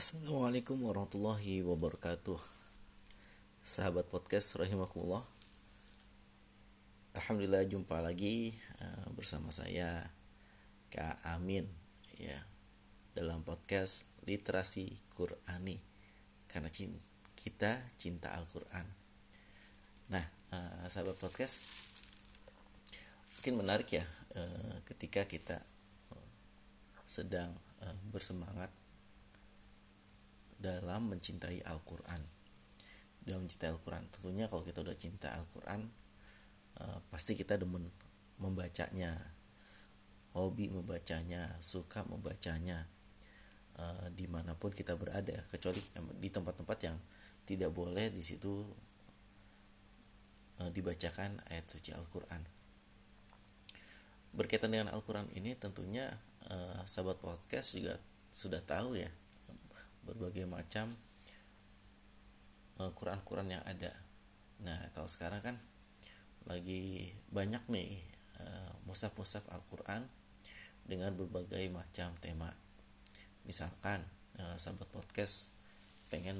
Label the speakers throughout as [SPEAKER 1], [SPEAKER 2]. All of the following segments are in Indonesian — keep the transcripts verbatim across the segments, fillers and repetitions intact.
[SPEAKER 1] Assalamualaikum warahmatullahi wabarakatuh. Sahabat podcast rahimakumullah. Alhamdulillah jumpa lagi uh, bersama saya Kak Amin ya dalam podcast Literasi Qur'ani karena cinta, kita cinta Al-Qur'an. Nah, uh, sahabat podcast, mungkin menarik ya uh, ketika kita uh, sedang uh, bersemangat dalam mencintai Al-Quran. Dalam mencintai Al-Quran, tentunya kalau kita udah cinta Al-Quran, uh, pasti kita demen membacanya, hobi membacanya, suka membacanya, uh, dimanapun kita berada, kecuali di tempat-tempat yang tidak boleh di situ uh, dibacakan ayat suci Al-Quran. Berkaitan dengan Al-Quran ini, tentunya uh, sahabat podcast juga sudah tahu ya berbagai macam uh, Quran-Quran yang ada. Nah, kalau sekarang kan lagi banyak nih uh, mushaf-mushaf Al-Quran dengan berbagai macam tema. Misalkan uh, sahabat podcast pengen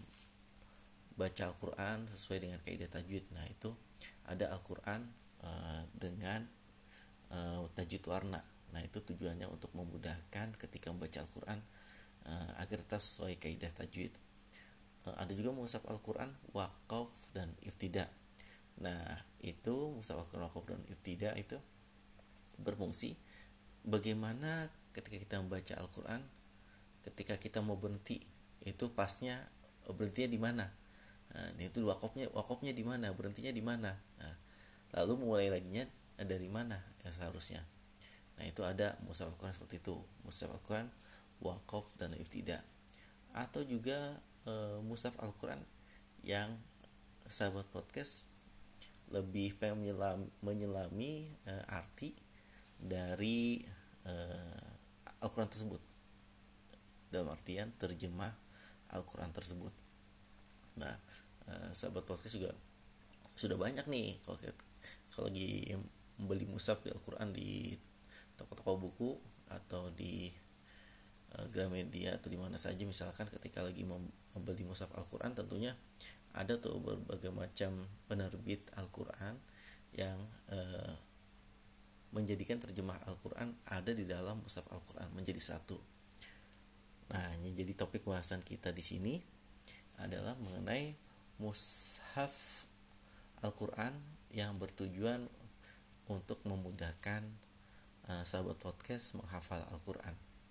[SPEAKER 1] membaca Al-Quran sesuai dengan kaidah tajwid. Nah, itu ada Al-Quran uh, dengan uh, tajwid warna. Nah, itu tujuannya untuk memudahkan ketika membaca Al-Quran Uh, agar tetap sesuai kaidah tajwid. Uh, ada juga mushaf Al-Quran waqaf dan ibtida. Nah, itu mushaf Al-Quran waqaf dan ibtida itu berfungsi bagaimana ketika kita membaca Al-Quran, ketika kita mau berhenti, itu pasnya berhentinya di mana. Nah, itu waqafnya waqafnya di mana, berhentinya di mana. Nah, lalu mulai laginya dari mana ya seharusnya. Nah, itu ada mushaf Al-Quran seperti itu, mushaf Al-Quran waqaf dan ibtida. Atau juga e, mushaf Al-Quran yang sahabat podcast lebih pengen menyelam, menyelami e, arti dari e, Al-Quran tersebut, dalam artian terjemah Al-Quran tersebut. Nah, e, sahabat podcast juga sudah banyak nih kalau, kalau lagi membeli mushaf di Al-Quran di toko-toko buku atau di Gramedia atau di mana saja, misalkan ketika lagi membeli mushaf Al-Quran, tentunya ada tuh berbagai macam penerbit Al-Quran yang eh, menjadikan terjemah Al-Quran ada di dalam mushaf Al-Quran menjadi satu. Nah, yang jadi topik bahasan kita di sini adalah mengenai mushaf Al-Quran yang bertujuan untuk memudahkan eh, sahabat podcast menghafal Al-Quran.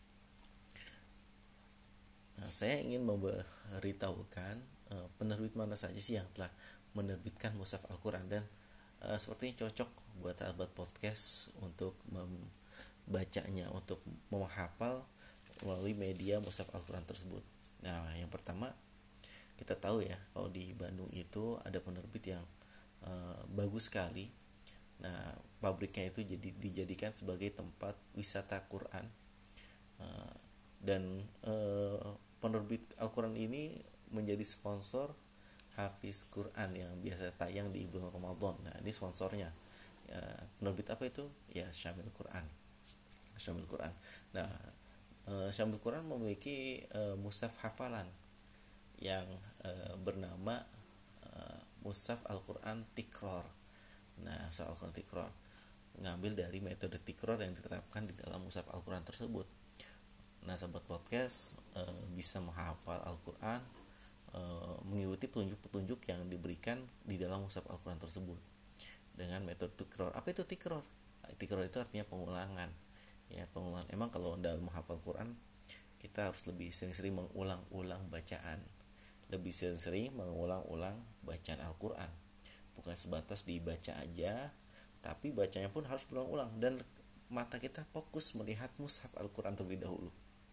[SPEAKER 1] Nah, saya ingin memberitahukan uh, penerbit mana saja sih yang telah menerbitkan mushaf Al-Quran, dan uh, sepertinya cocok buat sahabat podcast untuk membacanya, untuk menghafal melalui media mushaf Al-Quran tersebut. Nah, yang pertama kita tahu ya, kalau di Bandung itu ada penerbit yang uh, bagus sekali. Nah, pabriknya itu jadi dijadikan sebagai tempat wisata Quran, uh, dan uh, penerbit Al-Quran ini menjadi sponsor Hafiz Quran yang biasa tayang di bulan Ramadan. Nah, ini sponsornya. Ya, penerbit apa itu? Ya, Syamil Quran. Syamil Quran. Nah, e, Syamil Quran memiliki e, mushaf hafalan yang e, bernama e, mushaf Al-Quran Tikror. Nah, mushaf Al-Quran Tikror ngambil dari metode Tikror yang diterapkan di dalam mushaf Al-Quran tersebut. Nah, sahabat podcast e, bisa menghafal Al-Quran, e, mengikuti petunjuk-petunjuk yang diberikan di dalam mushaf Al-Quran tersebut dengan metode tikror. Apa itu tikror? Tikror itu artinya pengulangan. Ya, pengulangan. Emang kalau dalam menghafal Quran kita harus lebih sering-sering mengulang-ulang bacaan, lebih sering-sering mengulang-ulang bacaan Al-Quran. Bukan sebatas dibaca aja, tapi bacanya pun harus berulang-ulang, dan mata kita fokus melihat mushaf Al-Quran terlebih dahulu.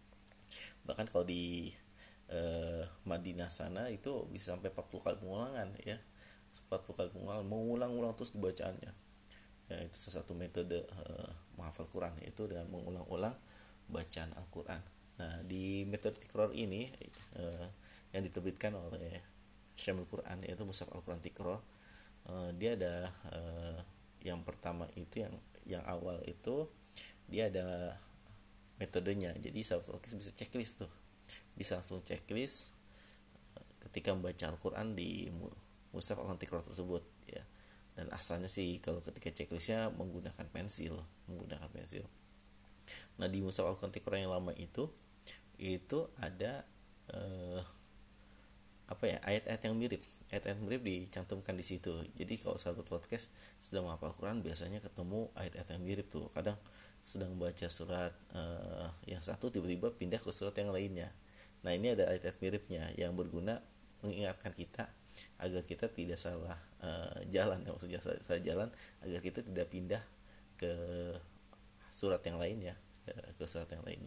[SPEAKER 1] Bahkan kalau di eh, Madinah sana itu bisa sampai empat puluh kali pengulangan ya, empat puluh kali pengulangan, mengulang-ulang terus dibacaannya ya. Itu salah satu metode eh, menghafal Quran, yaitu dengan mengulang-ulang bacaan Al-Quran. Nah, di metode tikror ini eh, yang diterbitkan oleh Syamil Quran, yaitu mushaf Al-Quran Tikror, eh, dia ada eh, yang pertama itu yang yang awal itu dia ada metodenya. Jadi sahabat podcast bisa checklist tuh bisa langsung checklist ketika membaca Al-Quran di mushaf Al-Tikrar tersebut ya. Dan asalnya sih kalau ketika checklistnya menggunakan pensil menggunakan pensil nah di mushaf Al-Tikrar yang lama itu itu ada eh, apa ya ayat-ayat yang mirip ayat-ayat mirip dicantumkan di situ. Jadi kalau sahabat podcast sedang menghafal Quran biasanya ketemu ayat-ayat yang mirip tuh. Kadang sedang baca surat uh, yang satu tiba-tiba pindah ke surat yang lainnya. Nah ini ada ayat-ayat miripnya yang berguna mengingatkan kita agar kita tidak salah uh, jalan ya, maksudnya salah, salah jalan agar kita tidak pindah ke surat yang lainnya ke, ke surat yang lainnya.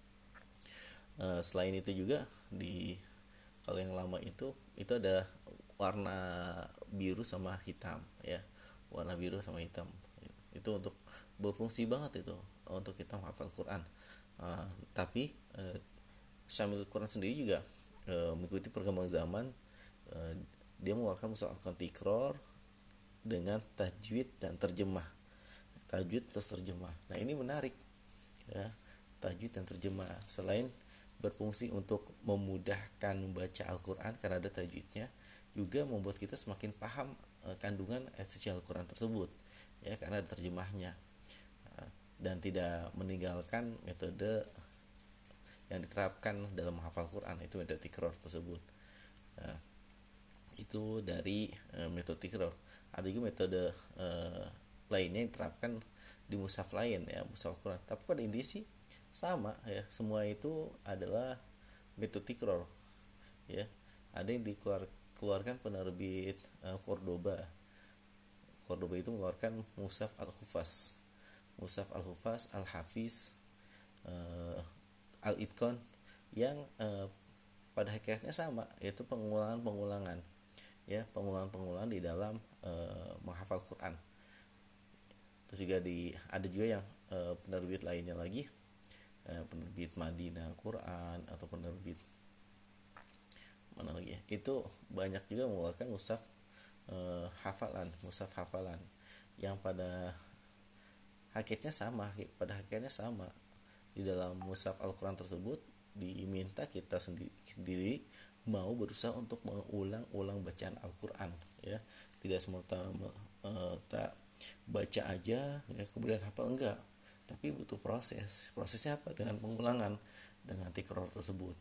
[SPEAKER 1] Uh, selain itu juga di kalau yang lama itu itu ada warna biru sama hitam ya, warna biru sama hitam itu untuk berfungsi banget itu untuk kita menghafal Quran. Uh, tapi uh, Syamil Quran sendiri juga uh, mengikuti perkembangan zaman. Uh, dia mengeluarkan mushaf Al-Tikrar dengan tajwid dan terjemah, tajwid plus terjemah. Nah ini menarik ya, tajwid dan terjemah. Selain berfungsi untuk memudahkan membaca Al-Quran karena ada tajwidnya, juga membuat kita semakin paham e, kandungan ayat suci Al-Quran tersebut ya, karena ada terjemahnya, e, dan tidak meninggalkan metode yang diterapkan dalam menghafal Quran, itu metode tikrar tersebut. E, itu dari e, metode tikrar. Ada juga metode e, lainnya yang diterapkan di mushaf lain ya, mushaf Al-Quran, tapi pada intinya sih sama ya, semua itu adalah metode tikrar ya. Ada yang dikeluarkan penerbit uh, Cordoba. Cordoba itu mengeluarkan mushaf Al-Hufaz, mushaf Al-Hufaz, Al-Hafiz, uh, Al-Itqan yang uh, pada hakikatnya sama, yaitu pengulangan-pengulangan ya, pengulangan-pengulangan di dalam uh, menghafal Quran. Terus juga di ada juga yang uh, penerbit lainnya lagi, penerbit Madinah Quran atau penerbit mana lagi ya, itu banyak juga mengeluarkan mushaf eh, hafalan, mushaf hafalan yang pada hakikatnya sama, pada hakikatnya sama. Di dalam mushaf Al-Quran tersebut diminta kita sendiri, sendiri mau berusaha untuk mengulang-ulang bacaan Al-Quran ya, tidak semata-mata baca aja ya kemudian hafal, enggak, tapi butuh proses. Prosesnya apa? Dengan pengulangan, dengan tikrar tersebut.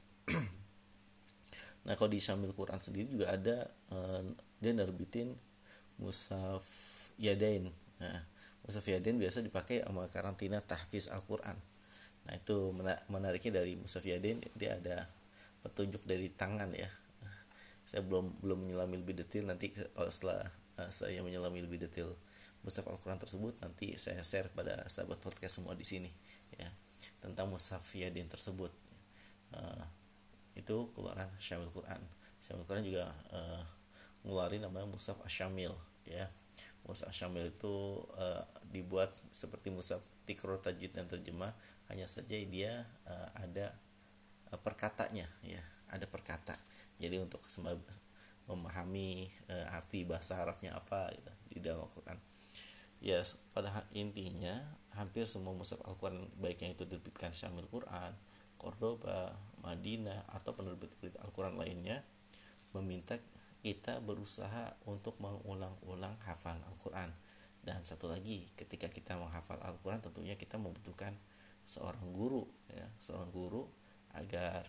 [SPEAKER 1] Nah kalau di Syamil Quran sendiri juga ada uh, dia nerbitin mushaf Yadain. Nah, mushaf Yadain biasa dipakai sama karantina tahfiz Al-Quran. Nah itu menariknya dari mushaf Yadain, dia ada petunjuk dari tangan ya. Saya belum belum menyelami lebih detail, nanti kalau setelah uh, saya menyelami lebih detail mushaf Al-Quran tersebut nanti saya share pada sahabat podcast semua di sini ya, tentang mushaf Yadain tersebut. Uh, itu keluaran Syamil Quran. Syamil Quran juga uh, ngeluarin namanya mushaf Asy-Syamil ya. Mushaf Asy-Syamil itu uh, dibuat seperti mushaf tikrar, tajwid dan terjemah, hanya saja dia uh, ada uh, perkatanya ya, ada perkata. Jadi untuk memahami uh, arti bahasa Arabnya apa gitu di dalam Al-Quran. Ya, pada intinya hampir semua mushaf Al-Quran, baik yang itu diterbitkan Syamil Quran, Cordoba, Madinah atau penerbit-penerbit Al-Quran lainnya, meminta kita berusaha untuk mengulang-ulang hafalan Al-Quran. Dan satu lagi, ketika kita menghafal Al-Quran tentunya kita membutuhkan seorang guru ya, seorang guru agar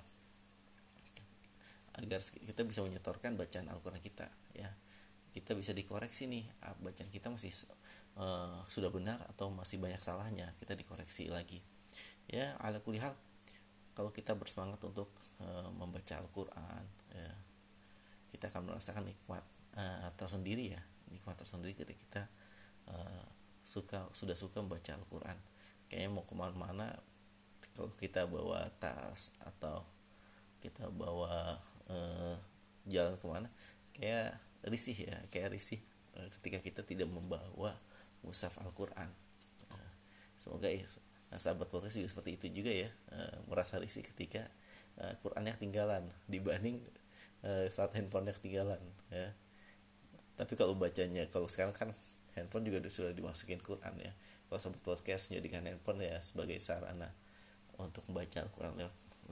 [SPEAKER 1] agar kita bisa menyetorkan bacaan Al-Quran kita ya. Kita bisa dikoreksi nih, bacaan kita masih uh, sudah benar atau masih banyak salahnya, kita dikoreksi lagi ya. Ala kulli hal, kalau kita bersemangat untuk uh, membaca Al-Quran ya, kita akan merasakan nikmat uh, tersendiri ya, nikmat tersendiri ketika kita uh, suka sudah suka membaca Al-Quran. Kayaknya mau kemana-mana, kalau kita bawa tas atau kita bawa uh, jalan kemana, kayak risih ya, kayak risih uh, ketika kita tidak membawa mushaf Al-Quran. Uh, semoga ya, nah, sahabat podcast juga seperti itu juga ya, uh, merasa risih ketika uh, Qurannya ketinggalan dibanding uh, saat handphonenya ketinggalan ya. Tapi kalau bacanya, kalau sekarang kan handphone juga sudah dimasukin Quran ya. Kalau sahabat podcast menjadikan handphone ya sebagai sarana untuk membaca Al-Quran lewat lewat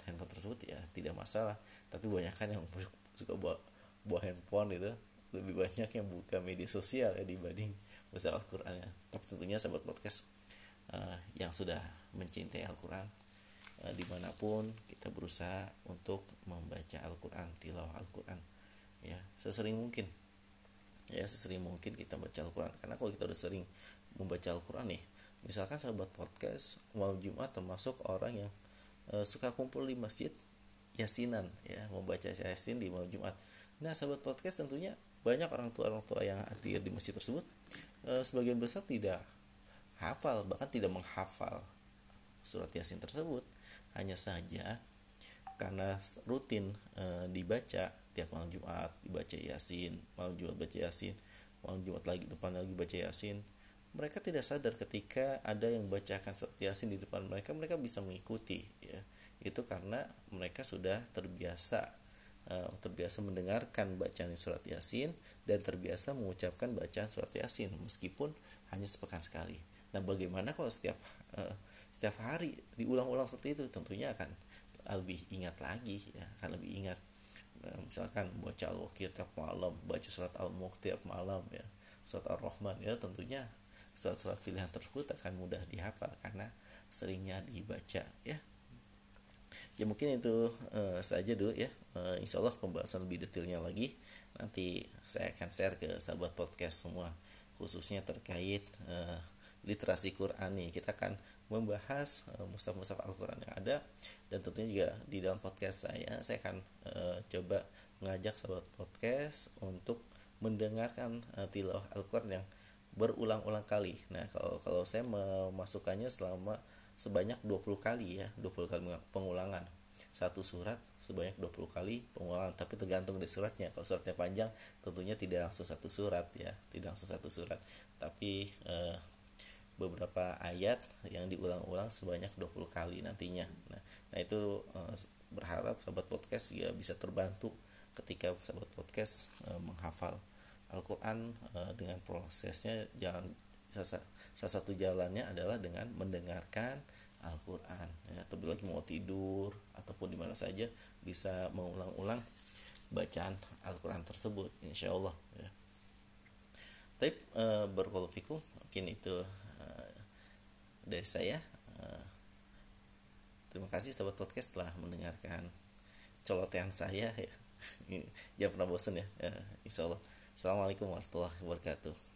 [SPEAKER 1] handphone tersebut ya tidak masalah, tapi banyak kan yang suka bawa bawa handphone itu lebih banyak yang buka media sosial ya dibanding baca Al-Qur'annya. Tapi tentunya sahabat podcast uh, yang sudah mencintai Al-Quran, uh, dimanapun kita berusaha untuk membaca Al-Quran, tilawah Al-Quran ya sesering mungkin, ya sesering mungkin kita baca Al-Quran. Karena kalau kita udah sering membaca Al-Quran nih, misalkan sahabat podcast malam Jumat termasuk orang yang uh, suka kumpul di masjid yasinan ya, membaca yasin di malam Jumat. Nah sahabat podcast tentunya banyak orang tua orang tua yang hadir di masjid tersebut, uh, sebagian besar tidak hafal, bahkan tidak menghafal surat yasin tersebut. Hanya saja karena rutin e, dibaca tiap malam Jumat, dibaca yasin, malam Jumat baca yasin, malam Jumat lagi depan lagi baca yasin, mereka tidak sadar ketika ada yang bacakan surat yasin di depan mereka, mereka bisa mengikuti ya. Itu karena mereka sudah terbiasa e, terbiasa mendengarkan bacaan surat yasin dan terbiasa mengucapkan bacaan surat yasin meskipun hanya sepekan sekali. Nah, bagaimana kalau setiap uh, setiap hari diulang-ulang seperti itu? Tentunya akan lebih ingat lagi ya, akan lebih ingat. Nah, misalkan baca Al-Waqiah tiap malam, baca surat Al-Mulk tiap malam ya, surat Ar-Rahman ya, tentunya surat-surat pilihan tersebut akan mudah dihafal karena seringnya dibaca ya. Ya mungkin itu uh, saja dulu ya. Uh, insya Allah pembahasan lebih detailnya lagi nanti saya akan share ke sahabat podcast semua, khususnya terkait uh, literasi Quran nih. Kita akan membahas uh, mushaf-mushaf Al-Quran yang ada, dan tentunya juga di dalam podcast saya saya akan uh, coba mengajak sahabat podcast untuk mendengarkan uh, tilawah Al-Quran yang berulang-ulang kali. Nah, kalau kalau saya memasukkannya selama sebanyak dua puluh kali ya, dua puluh kali pengulangan. Satu surat sebanyak dua puluh kali pengulangan, tapi tergantung dari suratnya. Kalau suratnya panjang tentunya tidak langsung satu surat ya, tidak langsung satu surat, tapi uh, beberapa ayat yang diulang-ulang sebanyak dua puluh kali nantinya. Nah, nah itu eh, berharap sahabat podcast juga bisa terbantu ketika sahabat podcast eh, menghafal Al-Quran eh, dengan prosesnya. Jangan salah, salah satu jalannya adalah dengan mendengarkan Al-Quran ya, terlebih lagi mau tidur ataupun di mana saja bisa mengulang-ulang bacaan Al-Quran tersebut, insya Allah ya. Tapi eh, barakallahu fikum, mungkin itu dari saya. Terima kasih sahabat podcast telah mendengarkan colotehan saya ya. Jangan pernah bosan ya. Insya Allah. Assalamualaikum warahmatullahi wabarakatuh.